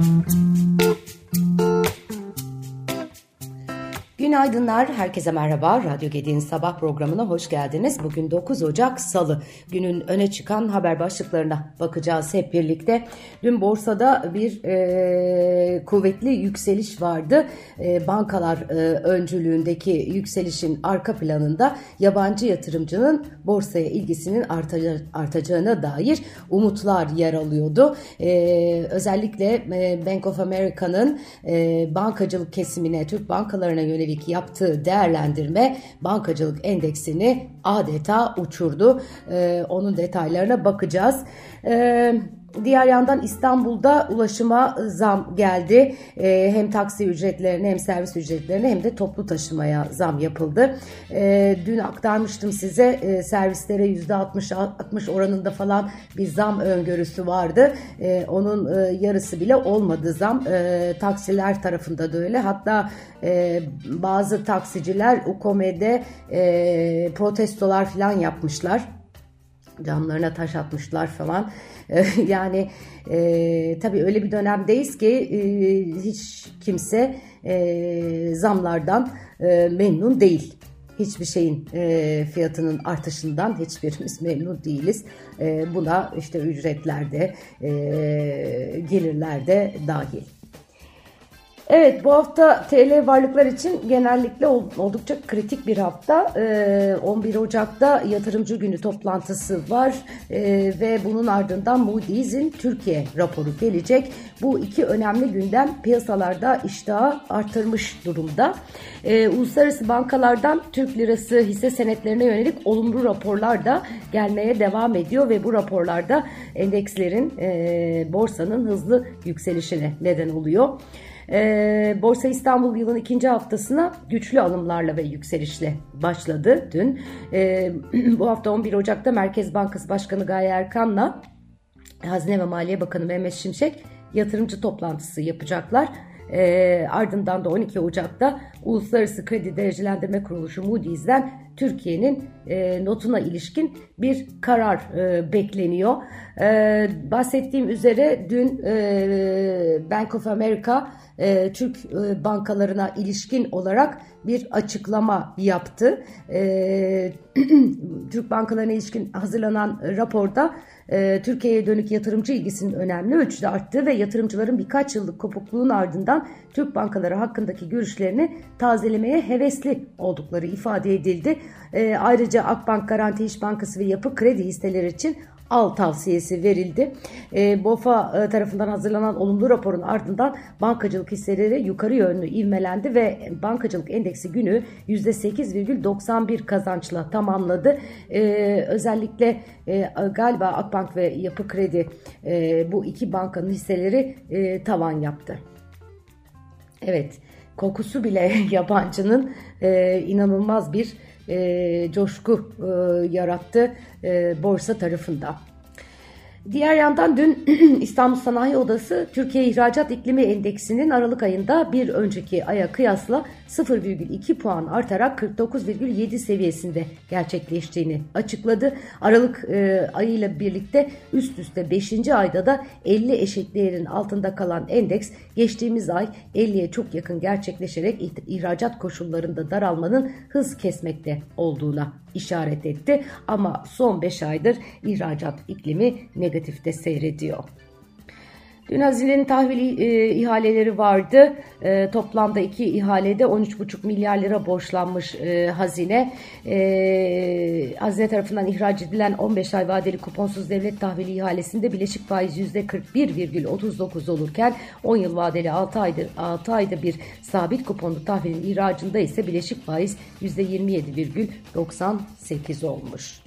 Günaydınlar, herkese merhaba. Radyo Gedi'nin sabah programına hoş geldiniz. Bugün 9 Ocak Salı. Günün öne çıkan haber başlıklarına bakacağız hep birlikte. Dün borsada bir kuvvetli yükseliş vardı. Bankalar öncülüğündeki yükselişin arka planında yabancı yatırımcının borsaya ilgisinin artacağına dair umutlar yer alıyordu. Özellikle Bank of America'nın bankacılık kesimine, Türk bankalarına yönelik yaptığı değerlendirme bankacılık endeksini adeta uçurdu. Onun detaylarına bakacağız. Diğer yandan İstanbul'da ulaşıma zam geldi. Hem taksi ücretlerine hem servis ücretlerine hem de toplu taşımaya zam yapıldı. Dün aktarmıştım size, servislere %60 oranında falan bir zam öngörüsü vardı. Onun yarısı bile olmadı zam. Taksiler tarafında da öyle. Hatta bazı taksiciler UKM'de protestolar falan yapmışlar. Camlarına taş atmışlar falan. Yani tabii öyle bir dönemdeyiz ki hiç kimse zamlardan memnun değil. Hiçbir şeyin fiyatının artışından hiçbirimiz memnun değiliz. Buna işte ücretlerde, gelirlerde dahil. Evet, bu hafta TL varlıklar için genellikle oldukça kritik bir hafta. 11 Ocak'ta yatırımcı günü toplantısı var ve bunun ardından Moody's'in Türkiye raporu gelecek. Bu iki önemli gündem piyasalarda iştahı artırmış durumda. Uluslararası bankalardan Türk lirası hisse senetlerine yönelik olumlu raporlar da gelmeye devam ediyor ve bu raporlarda endekslerin, borsanın hızlı yükselişine neden oluyor. Borsa İstanbul yılın ikinci haftasına güçlü alımlarla ve yükselişle başladı dün. Bu hafta 11 Ocak'ta Merkez Bankası Başkanı Gaye Erkan'la Hazine ve Maliye Bakanı Mehmet Şimşek yatırımcı toplantısı yapacaklar. Ardından da 12 Ocak'ta Uluslararası Kredi Derecelendirme Kuruluşu Moody's'den Türkiye'nin notuna ilişkin bir karar bekleniyor. Bahsettiğim üzere dün Bank of America Türk bankalarına ilişkin olarak bir açıklama yaptı. Türk bankalarına ilişkin hazırlanan raporda Türkiye'ye dönük yatırımcı ilgisinin önemli ölçüde arttığı ve yatırımcıların birkaç yıllık kopukluğun ardından Türk bankaları hakkındaki görüşlerini tazelemeye hevesli oldukları ifade edildi. Ayrıca Akbank, Garanti İş Bankası ve Yapı Kredi hisseleri için al tavsiyesi verildi. BOFA tarafından hazırlanan olumlu raporun ardından bankacılık hisseleri yukarı yönlü ivmelendi ve bankacılık endeksi günü %8,91 kazançla tamamladı. Özellikle galiba Akbank ve Yapı Kredi, bu iki bankanın hisseleri tavan yaptı. Evet, kokusu bile yabancının inanılmaz bir coşku yarattı borsa tarafında. Diğer yandan dün İstanbul Sanayi Odası Türkiye İhracat İklimi Endeksinin Aralık ayında bir önceki aya kıyasla 0,2 puan artarak 49,7 seviyesinde gerçekleştiğini açıkladı. Aralık ayıyla birlikte üst üste 5. ayda da 50 eşik değerin altında kalan endeks geçtiğimiz ay 50'ye çok yakın gerçekleşerek ihracat koşullarında daralmanın hız kesmekte olduğuna işaret etti. Ama son 5 aydır ihracat iklimi negatifte seyrediyor. Dün hazinenin tahvil ihaleleri vardı. Toplamda iki ihalede 13,5 milyar lira borçlanmış hazine. Hazine tarafından ihraç edilen 15 ay vadeli kuponsuz devlet tahvili ihalesinde bileşik faiz %41,39 olurken 10 yıl vadeli 6 ayda bir sabit kuponlu tahvilin ihracında ise bileşik faiz %27,98 olmuş.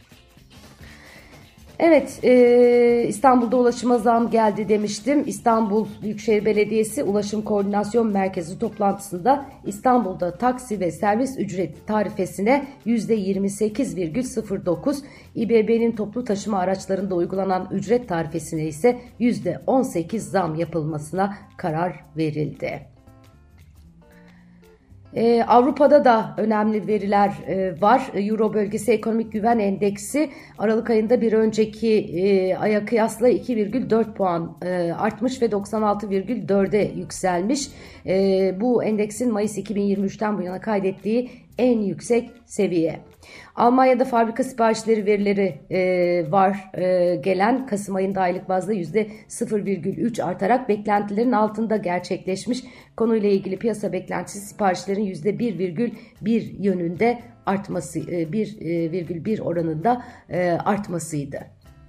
Evet, İstanbul'da ulaşıma zam geldi demiştim. İstanbul Büyükşehir Belediyesi Ulaşım Koordinasyon Merkezi toplantısında İstanbul'da taksi ve servis ücreti tarifesine %28,09, İBB'nin toplu taşıma araçlarında uygulanan ücret tarifesine ise %18 zam yapılmasına karar verildi. Avrupa'da da önemli veriler var. Euro bölgesi ekonomik güven endeksi Aralık ayında bir önceki aya kıyasla 2,4 puan artmış ve 96,4'e yükselmiş. Bu endeksin Mayıs 2023'ten bu yana kaydettiği en yüksek seviye. Almanya'da fabrika siparişleri verileri var gelen Kasım ayında aylık bazda %0,3 artarak beklentilerin altında gerçekleşmiş. Konuyla ilgili piyasa beklentisi siparişlerin %1,1 yönünde artması, 1,1 oranında artmasıydı.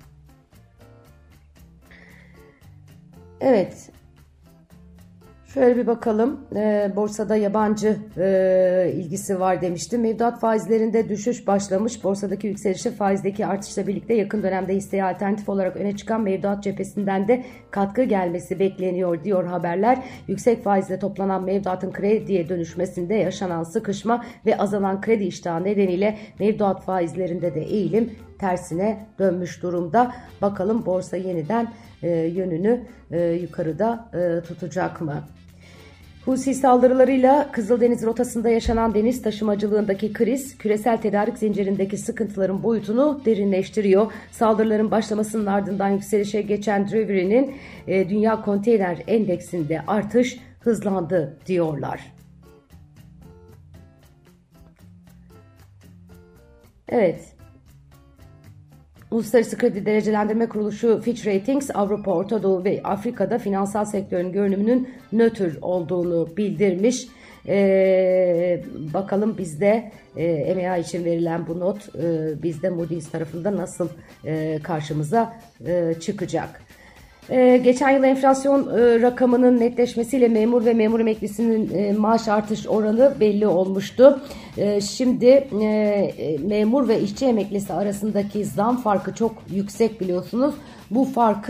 Evet. Şöyle bir bakalım. Borsada yabancı ilgisi var demiştim. Mevduat faizlerinde düşüş başlamış. Borsadaki yükselişe faizdeki artışla birlikte yakın dönemde hisseye alternatif olarak öne çıkan mevduat cephesinden de katkı gelmesi bekleniyor diyor haberler. Yüksek faizle toplanan mevduatın krediye dönüşmesinde yaşanan sıkışma ve azalan kredi iştahı nedeniyle mevduat faizlerinde de eğilim tersine dönmüş durumda. Bakalım borsa yeniden yönünü yukarıda tutacak mı? Husi saldırılarıyla Kızıldeniz rotasında yaşanan deniz taşımacılığındaki kriz, küresel tedarik zincirindeki sıkıntıların boyutunu derinleştiriyor. Saldırıların başlamasının ardından yükselişe geçen Drewry'nin Dünya Konteyner Endeksinde artış hızlandı diyorlar. Evet. Uluslararası Kredi Derecelendirme Kuruluşu Fitch Ratings, Avrupa, Orta Doğu ve Afrika'da finansal sektörün görünümünün nötr olduğunu bildirmiş. Bakalım bizde MEA için verilen bu not bizde Moody's tarafında nasıl karşımıza çıkacak? Geçen yıl enflasyon rakamının netleşmesiyle memur ve memur emeklisinin maaş artış oranı belli olmuştu. Şimdi memur ve işçi emeklisi arasındaki zam farkı çok yüksek biliyorsunuz. Bu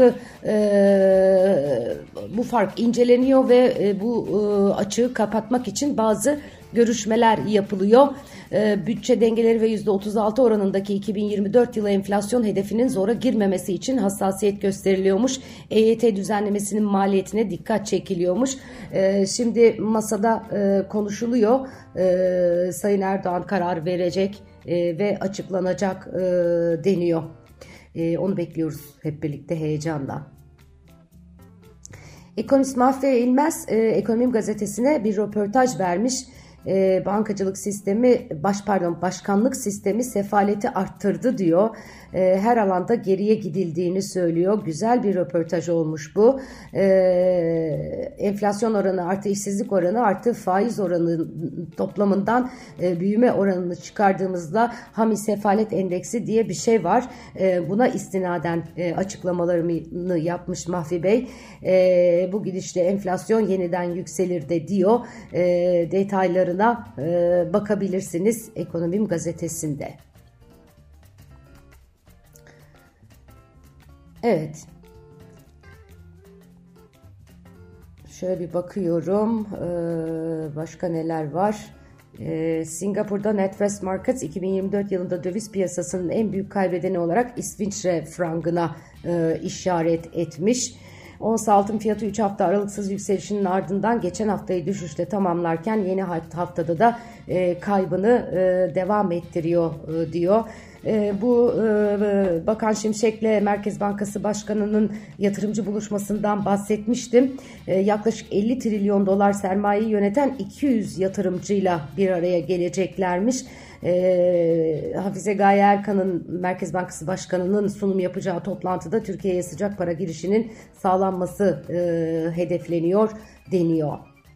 fark inceleniyor ve bu açığı kapatmak için bazı görüşmeler yapılıyor. Bütçe dengeleri ve %36 oranındaki 2024 yılı enflasyon hedefinin zora girmemesi için hassasiyet gösteriliyormuş. EYT düzenlemesinin maliyetine dikkat çekiliyormuş. Şimdi masada konuşuluyor. Sayın Erdoğan karar verecek ve açıklanacak deniyor. Onu bekliyoruz hep birlikte heyecanla. Ekonomist Mahfiye İlmez Ekonomim gazetesine bir röportaj vermiş. Bankacılık sistemi, başkanlık sistemi sefaleti arttırdı diyor. Her alanda geriye gidildiğini söylüyor. Güzel bir röportaj olmuş bu. Enflasyon oranı artı işsizlik oranı artı faiz oranı toplamından büyüme oranını çıkardığımızda Hami Sefalet Endeksi diye bir şey var. Buna istinaden açıklamalarını yapmış Mahfi Bey. Bu gidişle enflasyon yeniden yükselir de diyor. Detaylarına bakabilirsiniz Ekonomim gazetesinde. Evet. Şöyle bir bakıyorum. Başka neler var? Singapur'da NatWest Markets 2024 yılında döviz piyasasının en büyük kaybedeni olarak İsviçre frangına işaret etmiş. Ons altın fiyatı 3 hafta aralıksız yükselişinin ardından geçen haftayı düşüşle tamamlarken yeni haftada da kaybını devam ettiriyor diyor. Bu Bakan Şimşek'le Merkez Bankası Başkanı'nın yatırımcı buluşmasından bahsetmiştim. Yaklaşık 50 trilyon dolar sermayeyi yöneten 200 yatırımcıyla bir araya geleceklermiş. Hafize Gaye Erkan'ın Merkez Bankası Başkanı'nın sunum yapacağı toplantıda Türkiye'ye sıcak para girişinin sağlanması hedefleniyor deniyor.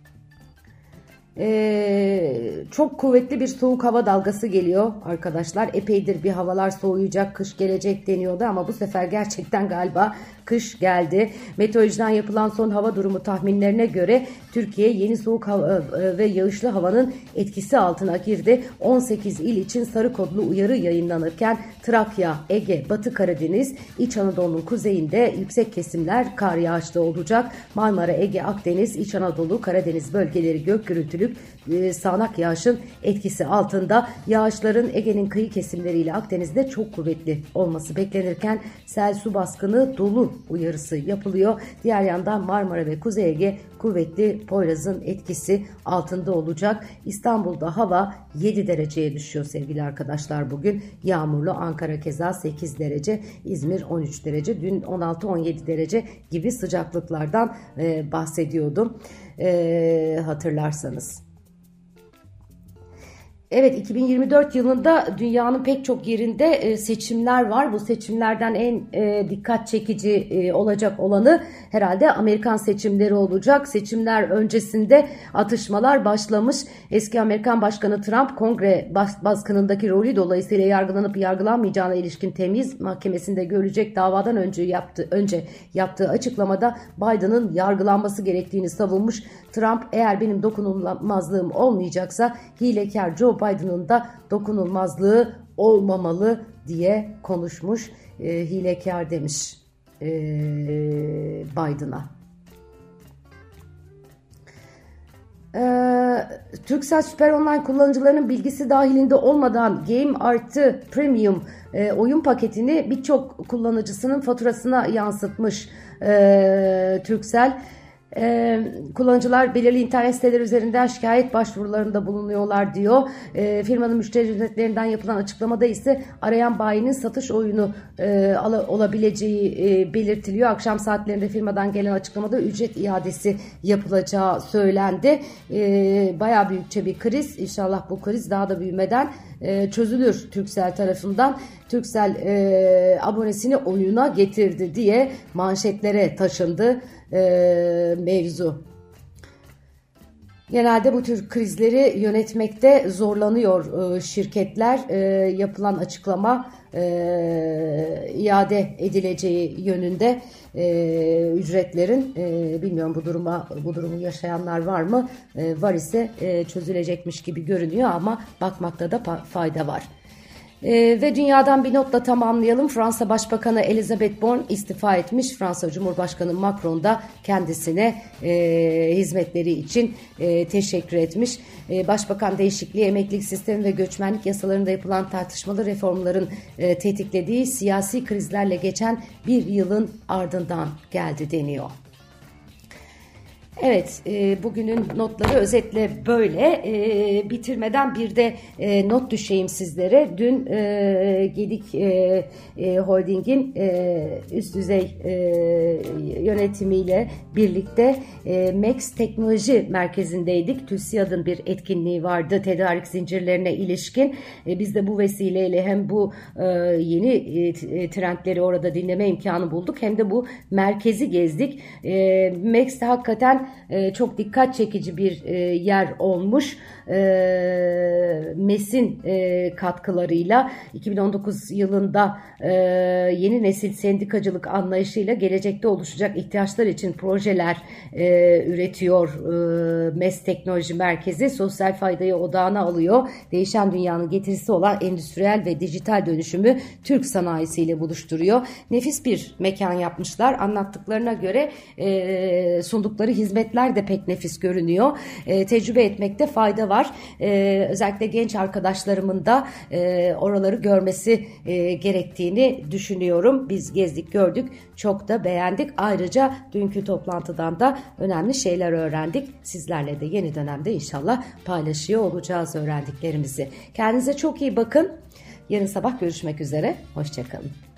Çok kuvvetli bir soğuk hava dalgası geliyor arkadaşlar. Epeydir bir havalar soğuyacak, kış gelecek deniyordu ama bu sefer gerçekten galiba kış geldi. Meteorolojiden yapılan son hava durumu tahminlerine göre Türkiye yeni soğuk hava ve yağışlı havanın etkisi altına girdi. 18 il için sarı kodlu uyarı yayınlanırken Trakya, Ege, Batı Karadeniz, İç Anadolu'nun kuzeyinde yüksek kesimler kar yağışlı olacak. Marmara, Ege, Akdeniz, İç Anadolu, Karadeniz bölgeleri gök gürültülü mm sağanak yağışın etkisi altında. Yağışların Ege'nin kıyı kesimleriyle Akdeniz'de çok kuvvetli olması beklenirken sel, su baskını, dolu uyarısı yapılıyor. Diğer yandan Marmara ve Kuzey Ege kuvvetli Poyraz'ın etkisi altında olacak. İstanbul'da hava 7 dereceye düşüyor sevgili arkadaşlar bugün. Yağmurlu. Ankara keza 8 derece, İzmir 13 derece. Dün 16-17 derece gibi sıcaklıklardan bahsediyordum hatırlarsanız. Evet, 2024 yılında dünyanın pek çok yerinde seçimler var. Bu seçimlerden en dikkat çekici olacak olanı herhalde Amerikan seçimleri olacak. Seçimler öncesinde atışmalar başlamış. Eski Amerikan Başkanı Trump kongre baskınındaki rolü dolayısıyla yargılanıp yargılanmayacağına ilişkin temyiz mahkemesinde görülecek davadan önce yaptığı açıklamada Biden'ın yargılanması gerektiğini savunmuş. Trump eğer benim dokunulmazlığım olmayacaksa hilekar Joe Biden'ın da dokunulmazlığı olmamalı diye konuşmuş. Hilekar demiş Biden'a. Turkcell Süper Online kullanıcılarının bilgisi dahilinde olmadan Game Artı Premium oyun paketini birçok kullanıcısının faturasına yansıtmış Turkcell. Kullanıcılar belirli internet siteleri üzerinden şikayet başvurularında bulunuyorlar diyor. Firmanın müşteri hizmetlerinden yapılan açıklamada ise arayan bayinin satış oyunu olabileceği belirtiliyor. Akşam saatlerinde firmadan gelen açıklamada ücret iadesi yapılacağı söylendi. Bayağı büyükçe bir kriz. İnşallah bu kriz daha da büyümeden çözülür Turkcell tarafından. Turkcell abonesini oyuna getirdi diye manşetlere taşındı mevzu. Genelde bu tür krizleri yönetmekte zorlanıyor şirketler. Yapılan açıklama iade edileceği yönünde ücretlerin. Bilmiyorum bu durumu yaşayanlar var mı? Var ise çözülecekmiş gibi görünüyor ama bakmakta da fayda var. Ve dünyadan bir notla tamamlayalım. Fransa Başbakanı Elisabeth Borne istifa etmiş. Fransa Cumhurbaşkanı Macron da kendisine hizmetleri için teşekkür etmiş. Başbakan değişikliği, emeklilik sistemi ve göçmenlik yasalarında yapılan tartışmalı reformların tetiklediği siyasi krizlerle geçen bir yılın ardından geldi deniyor. Evet, bugünün notları özetle böyle. Bitirmeden bir de not düşeyim sizlere. Dün Gedik Holding'in üst düzey yönetimiyle birlikte Max Teknoloji Merkezi'ndeydik. TÜSİAD'ın bir etkinliği vardı tedarik zincirlerine ilişkin. Biz de bu vesileyle hem bu yeni trendleri orada dinleme imkanı bulduk hem de bu merkezi gezdik. Max'te hakikaten çok dikkat çekici bir yer olmuş. MES'in katkılarıyla 2019 yılında yeni nesil sendikacılık anlayışıyla gelecekte oluşacak ihtiyaçlar için projeler üretiyor. MES Teknoloji Merkezi sosyal faydayı odağına alıyor. Değişen dünyanın getirisi olan endüstriyel ve dijital dönüşümü Türk sanayisiyle buluşturuyor. Nefis bir mekan yapmışlar. Anlattıklarına göre sundukları hizmetler de pek nefis görünüyor. Tecrübe etmekte fayda var. Özellikle genç arkadaşlarımın da oraları görmesi gerektiğini düşünüyorum. Biz gezdik, gördük, çok da beğendik. Ayrıca dünkü toplantıdan da önemli şeyler öğrendik. Sizlerle de yeni dönemde inşallah paylaşıyor olacağız öğrendiklerimizi. Kendinize çok iyi bakın. Yarın sabah görüşmek üzere. Hoşça kalın.